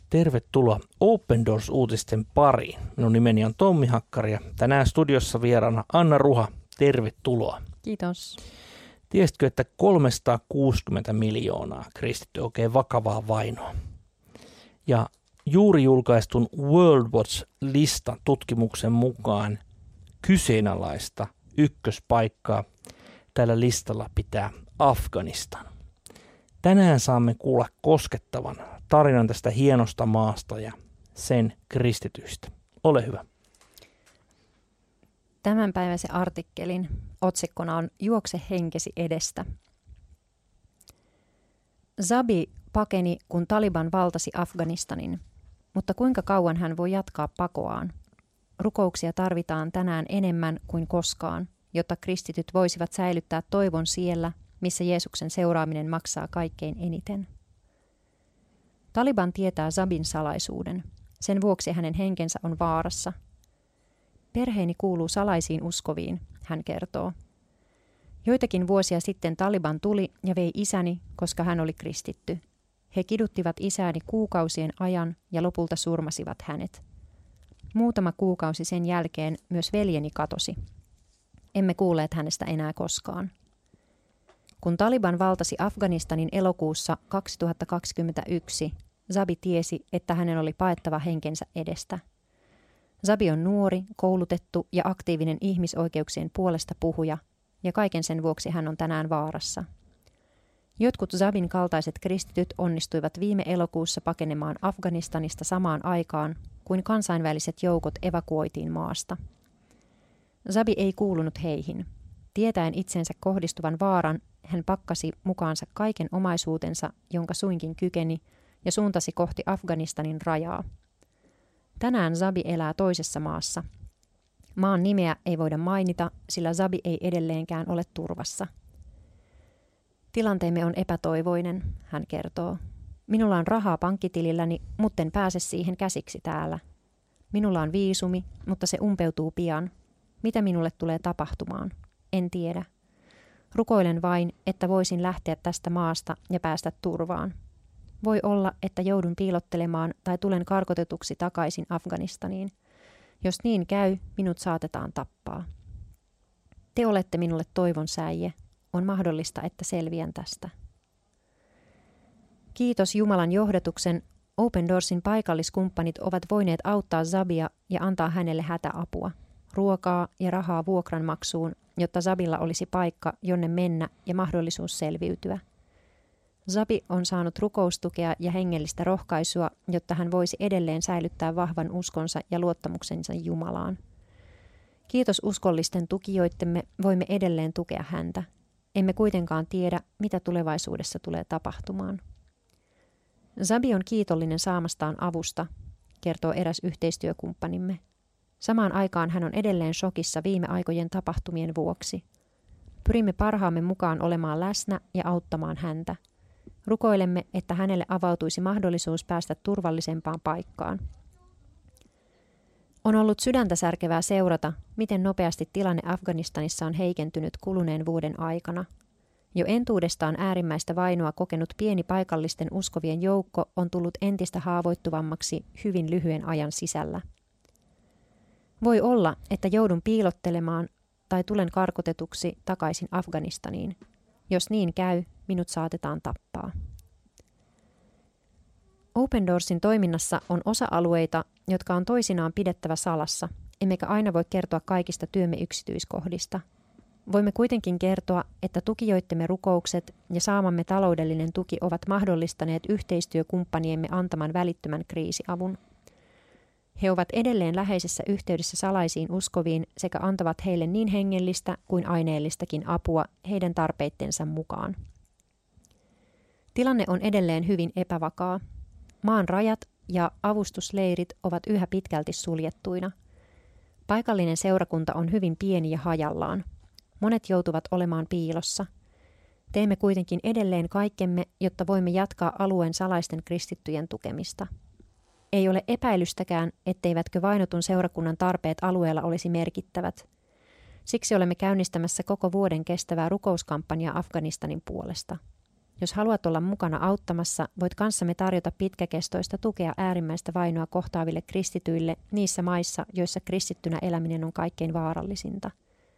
Tervetuloa Open Doors-uutisten pariin. Minun nimeni on Tommi Hakkari ja tänään studiossa vieraana Anna Ruha. Tervetuloa. Kiitos. Tiesitkö, että 360 miljoonaa kristittyä oikein vakavaa vainoa? Ja juuri julkaistun World Watch-listan tutkimuksen mukaan kyseenalaista ykköspaikkaa tällä listalla pitää Afganistan. Tänään saamme kuulla koskettavan tarinan tästä hienosta maasta ja sen kristityistä. Ole hyvä. Tämänpäiväisen artikkelin otsikkona on Juokse henkesi edestä. Zabi pakeni, kun Taliban valtasi Afganistanin, mutta kuinka kauan hän voi jatkaa pakoaan? Rukouksia tarvitaan tänään enemmän kuin koskaan, jotta kristityt voisivat säilyttää toivon siellä, missä Jeesuksen seuraaminen maksaa kaikkein eniten. Taliban tietää Zabin salaisuuden. Sen vuoksi hänen henkensä on vaarassa. Perheeni kuuluu salaisiin uskoviin, hän kertoo. Joitakin vuosia sitten Taliban tuli ja vei isäni, koska hän oli kristitty. He kiduttivat isääni kuukausien ajan ja lopulta surmasivat hänet. Muutama kuukausi sen jälkeen myös veljeni katosi. Emme kuulleet hänestä enää koskaan. Kun Taliban valtasi Afganistanin elokuussa 2021, Zabi tiesi, että hänen oli paettava henkensä edestä. Zabi on nuori, koulutettu ja aktiivinen ihmisoikeuksien puolesta puhuja, ja kaiken sen vuoksi hän on tänään vaarassa. Jotkut Zabin kaltaiset kristityt onnistuivat viime elokuussa pakenemaan Afganistanista samaan aikaan, kuin kansainväliset joukot evakuoitiin maasta. Zabi ei kuulunut heihin. Tietäen itsensä kohdistuvan vaaran, hän pakkasi mukaansa kaiken omaisuutensa, jonka suinkin kykeni, ja suuntasi kohti Afganistanin rajaa. Tänään Zabi elää toisessa maassa. Maan nimeä ei voida mainita, sillä Zabi ei edelleenkään ole turvassa. Tilanteemme on epätoivoinen, hän kertoo. Minulla on rahaa pankkitililläni, mutten pääse siihen käsiksi täällä. Minulla on viisumi, mutta se umpeutuu pian. Mitä minulle tulee tapahtumaan? En tiedä. Rukoilen vain, että voisin lähteä tästä maasta ja päästä turvaan. Voi olla, että joudun piilottelemaan tai tulen karkotetuksi takaisin Afganistaniin. Jos niin käy, minut saatetaan tappaa. Te olette minulle toivon säie. On mahdollista, että selviän tästä. Kiitos Jumalan johdatuksen, Open Doorsin paikalliskumppanit ovat voineet auttaa Zabia ja antaa hänelle hätäapua, ruokaa ja rahaa vuokranmaksuun, jotta Zabilla olisi paikka, jonne mennä ja mahdollisuus selviytyä. Zabi on saanut rukoustukea ja hengellistä rohkaisua, jotta hän voisi edelleen säilyttää vahvan uskonsa ja luottamuksensa Jumalaan. Kiitos uskollisten tukijoittemme, voimme edelleen tukea häntä. Emme kuitenkaan tiedä, mitä tulevaisuudessa tulee tapahtumaan. Zabi on kiitollinen saamastaan avusta, kertoo eräs yhteistyökumppanimme. Samaan aikaan hän on edelleen shokissa viime aikojen tapahtumien vuoksi. Pyrimme parhaamme mukaan olemaan läsnä ja auttamaan häntä. Rukoilemme, että hänelle avautuisi mahdollisuus päästä turvallisempaan paikkaan. On ollut sydäntä särkevää seurata, miten nopeasti tilanne Afganistanissa on heikentynyt kuluneen vuoden aikana. Jo entuudestaan äärimmäistä vainoa kokenut pieni paikallisten uskovien joukko on tullut entistä haavoittuvammaksi hyvin lyhyen ajan sisällä. Voi olla, että joudun piilottelemaan tai tulen karkotetuksi takaisin Afganistaniin. Jos niin käy, minut saatetaan tappaa. Open Doorsin toiminnassa on osa-alueita, jotka on toisinaan pidettävä salassa, emmekä aina voi kertoa kaikista työmme yksityiskohdista. Voimme kuitenkin kertoa, että tukijoittemme rukoukset ja saamamme taloudellinen tuki ovat mahdollistaneet yhteistyökumppaniemme antaman välittömän kriisiavun. He ovat edelleen läheisessä yhteydessä salaisiin uskoviin sekä antavat heille niin hengellistä kuin aineellistakin apua heidän tarpeittensa mukaan. Tilanne on edelleen hyvin epävakaa. Maan rajat ja avustusleirit ovat yhä pitkälti suljettuina. Paikallinen seurakunta on hyvin pieni ja hajallaan. Monet joutuvat olemaan piilossa. Teemme kuitenkin edelleen kaikkemme, jotta voimme jatkaa alueen salaisten kristittyjen tukemista. Ei ole epäilystäkään, etteivätkö vainotun seurakunnan tarpeet alueella olisi merkittävät. Siksi olemme käynnistämässä koko vuoden kestävää rukouskampanjaa Afganistanin puolesta. Jos haluat olla mukana auttamassa, voit kanssamme tarjota pitkäkestoista tukea äärimmäistä vainoa kohtaaville kristityille niissä maissa, joissa kristittynä eläminen on kaikkein vaarallisinta.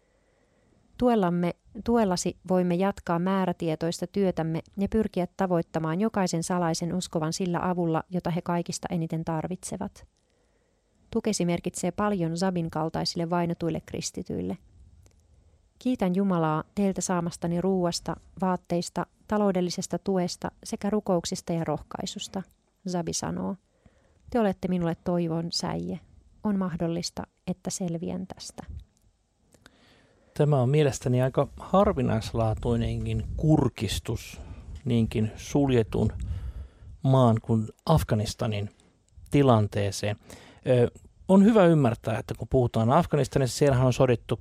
Tuellasi voimme jatkaa määrätietoista työtämme ja pyrkiä tavoittamaan jokaisen salaisen uskovan sillä avulla, jota he kaikista eniten tarvitsevat. Tukesi merkitsee paljon Zabin kaltaisille vainotuille kristityille. Kiitän Jumalaa teiltä saamastani ruuasta, vaatteista, taloudellisesta tuesta sekä rukouksista ja rohkaisusta, Zabi sanoo. Te olette minulle toivon säie. On mahdollista, että selviän tästä. Tämä on mielestäni aika harvinaislaatuinenkin kurkistus niinkin suljetun maan kuin Afganistanin tilanteeseen. On hyvä ymmärtää, että kun puhutaan Afganistanissa, siellähän on sodittu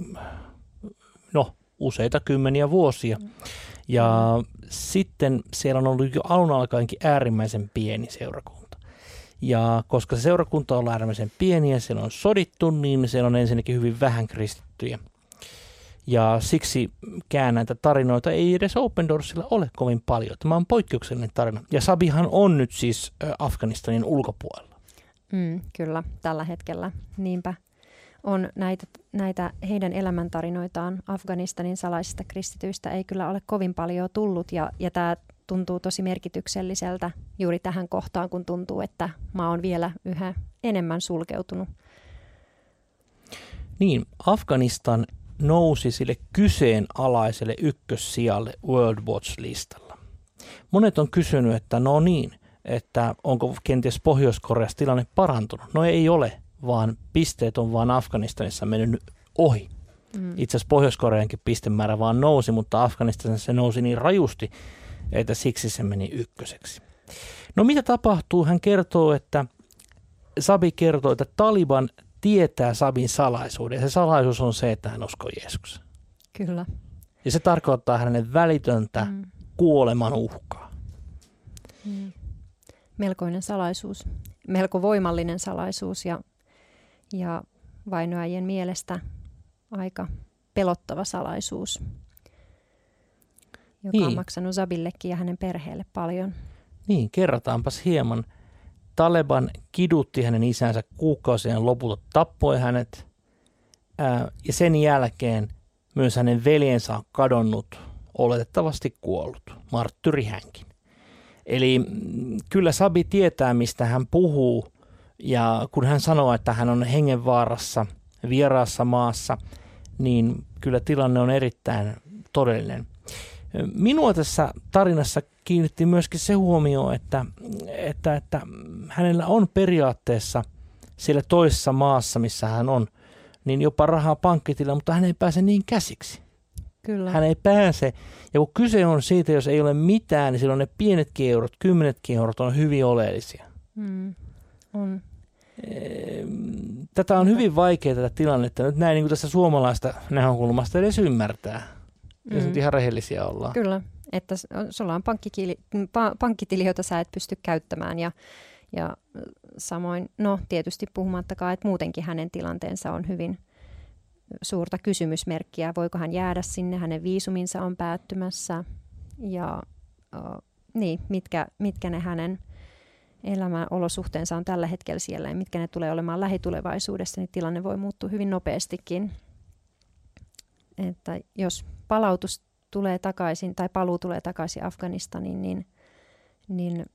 useita kymmeniä vuosia. Ja sitten siellä on ollut jo alun alkaenkin äärimmäisen pieni seurakunta. Ja koska se seurakunta on äärimmäisen pieni ja siellä on sodittu, niin siellä on ensinnäkin hyvin vähän kristittyjä. Ja siksikään näitä tarinoita ei edes Open Doorsilla ole kovin paljon. Tämä on poikkeuksellinen tarina. Ja Sabihan on nyt siis Afganistanin ulkopuolella. Kyllä, tällä hetkellä. Niinpä on näitä heidän elämäntarinoitaan Afganistanin salaisista kristityistä ei kyllä ole kovin paljon tullut. Ja tämä tuntuu tosi merkitykselliseltä juuri tähän kohtaan, kun tuntuu, että maa on vielä yhä enemmän sulkeutunut. Niin, Afganistan nousi sille kyseenalaiselle ykkössijalle World Watch-listalla. Monet on kysynyt, että onko kenties Pohjois-Koreassa tilanne parantunut. No ei ole, vaan pisteet on vaan Afganistanissa mennyt ohi. Itse asiassa Pohjois-Koreankin pistemäärä vaan nousi, mutta Afganistanissa se nousi niin rajusti, että siksi se meni ykköseksi. No mitä tapahtuu? Zabi kertoo, että Taliban tietää Zabin salaisuuden. Ja se salaisuus on se, että hän uskoo Jeesukseen. Kyllä. Ja se tarkoittaa hänelle välitöntä kuoleman uhkaa. Melkoinen salaisuus. Melko voimallinen salaisuus ja vainoajien mielestä aika pelottava salaisuus, joka on maksanut Zabillekin ja hänen perheelle paljon. Niin, kerrataanpas hieman. Taliban kidutti hänen isänsä kuukausien lopulta tappoi hänet ja sen jälkeen myös hänen veljensä on kadonnut, oletettavasti kuollut, marttyri hänkin. Eli kyllä Zabi tietää, mistä hän puhuu ja kun hän sanoo, että hän on hengenvaarassa vieraassa maassa, niin kyllä tilanne on erittäin todellinen. Minua tässä tarinassa kiinnitti myöskin se huomio, että hänellä on periaatteessa siellä toisessa maassa, missä hän on, niin jopa rahaa pankkitilillä, mutta hän ei pääse niin käsiksi. Kyllä. Hän ei pääse. Ja kun kyse on siitä, jos ei ole mitään, niin silloin ne pienetkin eurot, 10 eurot on hyvin oleellisia. On. Tätä on hyvin vaikea tätä tilannetta. Nyt näin niin kuin tässä suomalaista näkökulmasta edes ymmärtää. Jos nyt ihan rehellisiä ollaan. Kyllä, että sulla on pankkitili, jota sä et pysty käyttämään ja samoin, tietysti puhumattakaan, että muutenkin hänen tilanteensa on hyvin suurta kysymysmerkkiä. Voiko hän jäädä sinne, hänen viisuminsa on päättymässä ja mitkä ne hänen elämän olosuhteensa on tällä hetkellä siellä ja mitkä ne tulee olemaan lähitulevaisuudessa, niin tilanne voi muuttua hyvin nopeastikin. Että jos palautus tulee takaisin tai paluu tulee takaisin Afganistaniin, niin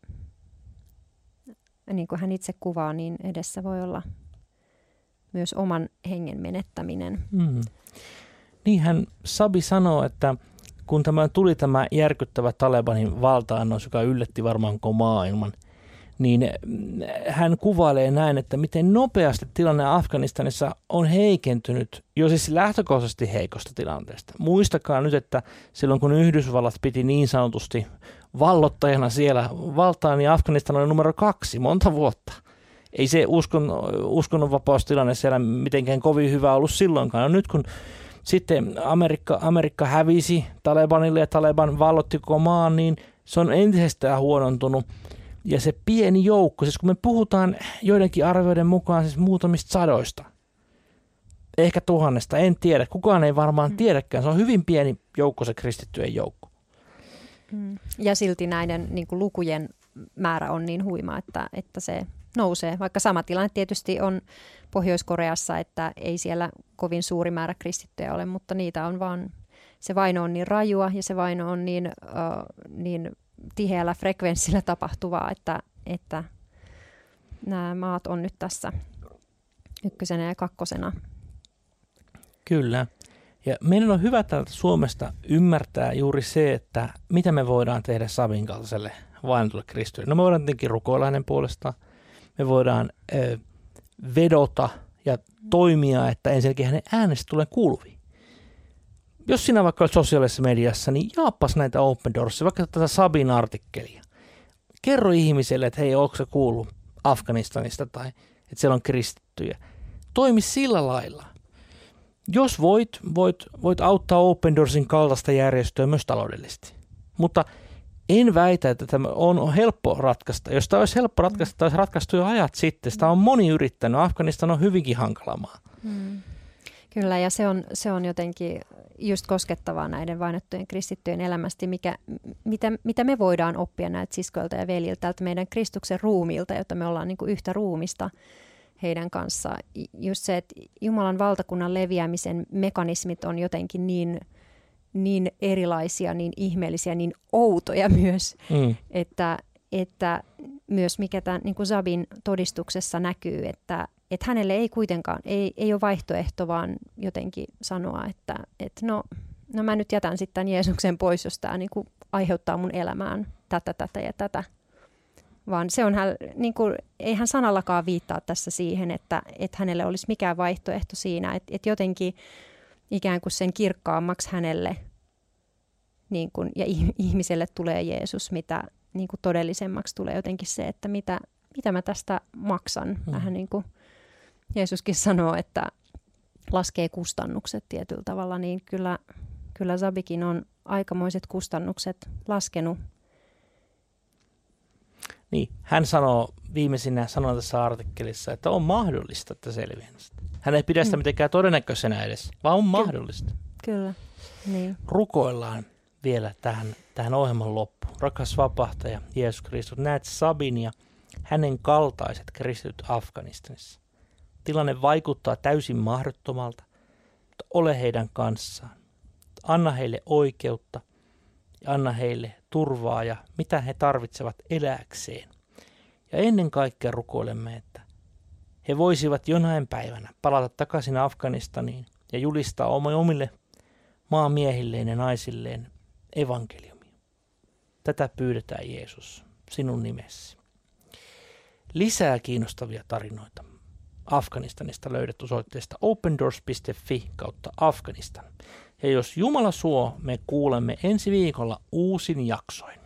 kuin hän itse kuvaa, niin edessä voi olla myös oman hengen menettäminen. Niinhän Zabi sanoo, että kun tuli tämä järkyttävä Talibanin valtaannos, joka yllätti varmaan koko maailman, niin hän kuvailee näin, että miten nopeasti tilanne Afganistanissa on heikentynyt jo siis lähtökohtaisesti heikosta tilanteesta. Muistakaa nyt, että silloin kun Yhdysvallat piti niin sanotusti vallottajana siellä valtaa, niin Afganistan oli numero 2 monta vuotta. Ei se uskonnonvapaustilanne siellä mitenkään kovin hyvä ollut silloinkaan. No nyt kun sitten Amerikka hävisi Talibanille ja Taliban vallotti koko maan, niin se on entisestään huonontunut. Ja se pieni joukko, siis kun me puhutaan joidenkin arvioiden mukaan siis muutamista sadoista, ehkä 1000, en tiedä, kukaan ei varmaan tiedäkään, se on hyvin pieni joukko se kristittyjen joukko. Ja silti näiden niin kuin lukujen määrä on niin huima, että se nousee. Vaikka sama tilanne tietysti on Pohjois-Koreassa, että ei siellä kovin suuri määrä kristittyjä ole, mutta niitä on vaan, se vaino on niin rajua ja se vaino on niin tiheällä frekvenssillä tapahtuvaa, että nämä maat on nyt tässä 1. ja 2. Kyllä. Ja meidän on hyvä täältä Suomesta ymmärtää juuri se, että mitä me voidaan tehdä Sabin kaltaiselle vainotulle Kristukselle. No me voidaan tietenkin rukoilla hänen puolestaan. Me voidaan vedota ja toimia, että ensinnäkin hänen äänestä tulee kuuluviin. Jos sinä vaikka olet sosiaalisessa mediassa, niin jaappas näitä Open Doorsia, vaikka tätä Sabin artikkelia. Kerro ihmiselle, että hei, onko se kuullut Afganistanista tai että siellä on kristittyjä. Toimi sillä lailla. Jos voit auttaa Open Doorsin kaltaista järjestöä myös taloudellisesti. Mutta en väitä, että tämä on helppo ratkaista. Jos tämä olisi helppo ratkaista, tämä olisi ratkaistu jo ajat sitten. Sitä on moni yrittänyt. Afganistan on hyvinkin hankala maa. Kyllä, ja se on jotenkin just koskettavaa näiden vainottujen kristittyjen elämästä, mitä me voidaan oppia näitä siskoilta ja veljiltä, tältä meidän Kristuksen ruumiilta, jotta me ollaan niin kuin yhtä ruumista heidän kanssaan. Just se, että Jumalan valtakunnan leviämisen mekanismit on jotenkin niin erilaisia, niin ihmeellisiä, niin outoja myös, että myös mikä tämän niin kuin Zabin todistuksessa näkyy, että hänelle ei kuitenkaan, ei ole vaihtoehto, vaan jotenkin sanoa, että no mä nyt jätän sitten tämän Jeesuksen pois, jos tämä niin kuin aiheuttaa mun elämään tätä ja tätä. Vaan se on, niin kuin, ei hän sanallakaan viittaa tässä siihen, että hänelle olisi mikään vaihtoehto siinä, että jotenkin ikään kuin sen kirkkaammaksi hänelle niin kuin, ja ihmiselle tulee Jeesus, mitä niin kuin todellisemmaksi tulee jotenkin se, että mitä mä tästä maksan. Vähän niin kuin Jeesuskin sanoo, että laskee kustannukset tietyllä tavalla, niin kyllä Zabikin on aikamoiset kustannukset laskenut. Niin, hän sanoo viimeisinä sanoa tässä artikkelissa, että on mahdollista, että selviää sitä. Hän ei pidä sitä mitenkään todennäköisenä edes, vaan on mahdollista. Kyllä, niin. Rukoillaan vielä tähän ohjelman loppuun. Rakas vapahtaja Jeesus Kristus, näet Sabin ja hänen kaltaiset kristityt Afganistanissa. Tilanne vaikuttaa täysin mahdottomalta, mutta ole heidän kanssaan. Anna heille oikeutta ja anna heille turvaa ja mitä he tarvitsevat elääkseen. Ja ennen kaikkea rukoilemme, että he voisivat jonain päivänä palata takaisin Afganistaniin ja julistaa omille maamiehilleen ja naisilleen evankeliumia. Tätä pyydetään, Jeesus, sinun nimesi. Lisää kiinnostavia tarinoita Afganistanista löydät osoitteesta opendoors.fi/Afganistan. Ja jos Jumala suo, me kuulemme ensi viikolla uusin jaksoin.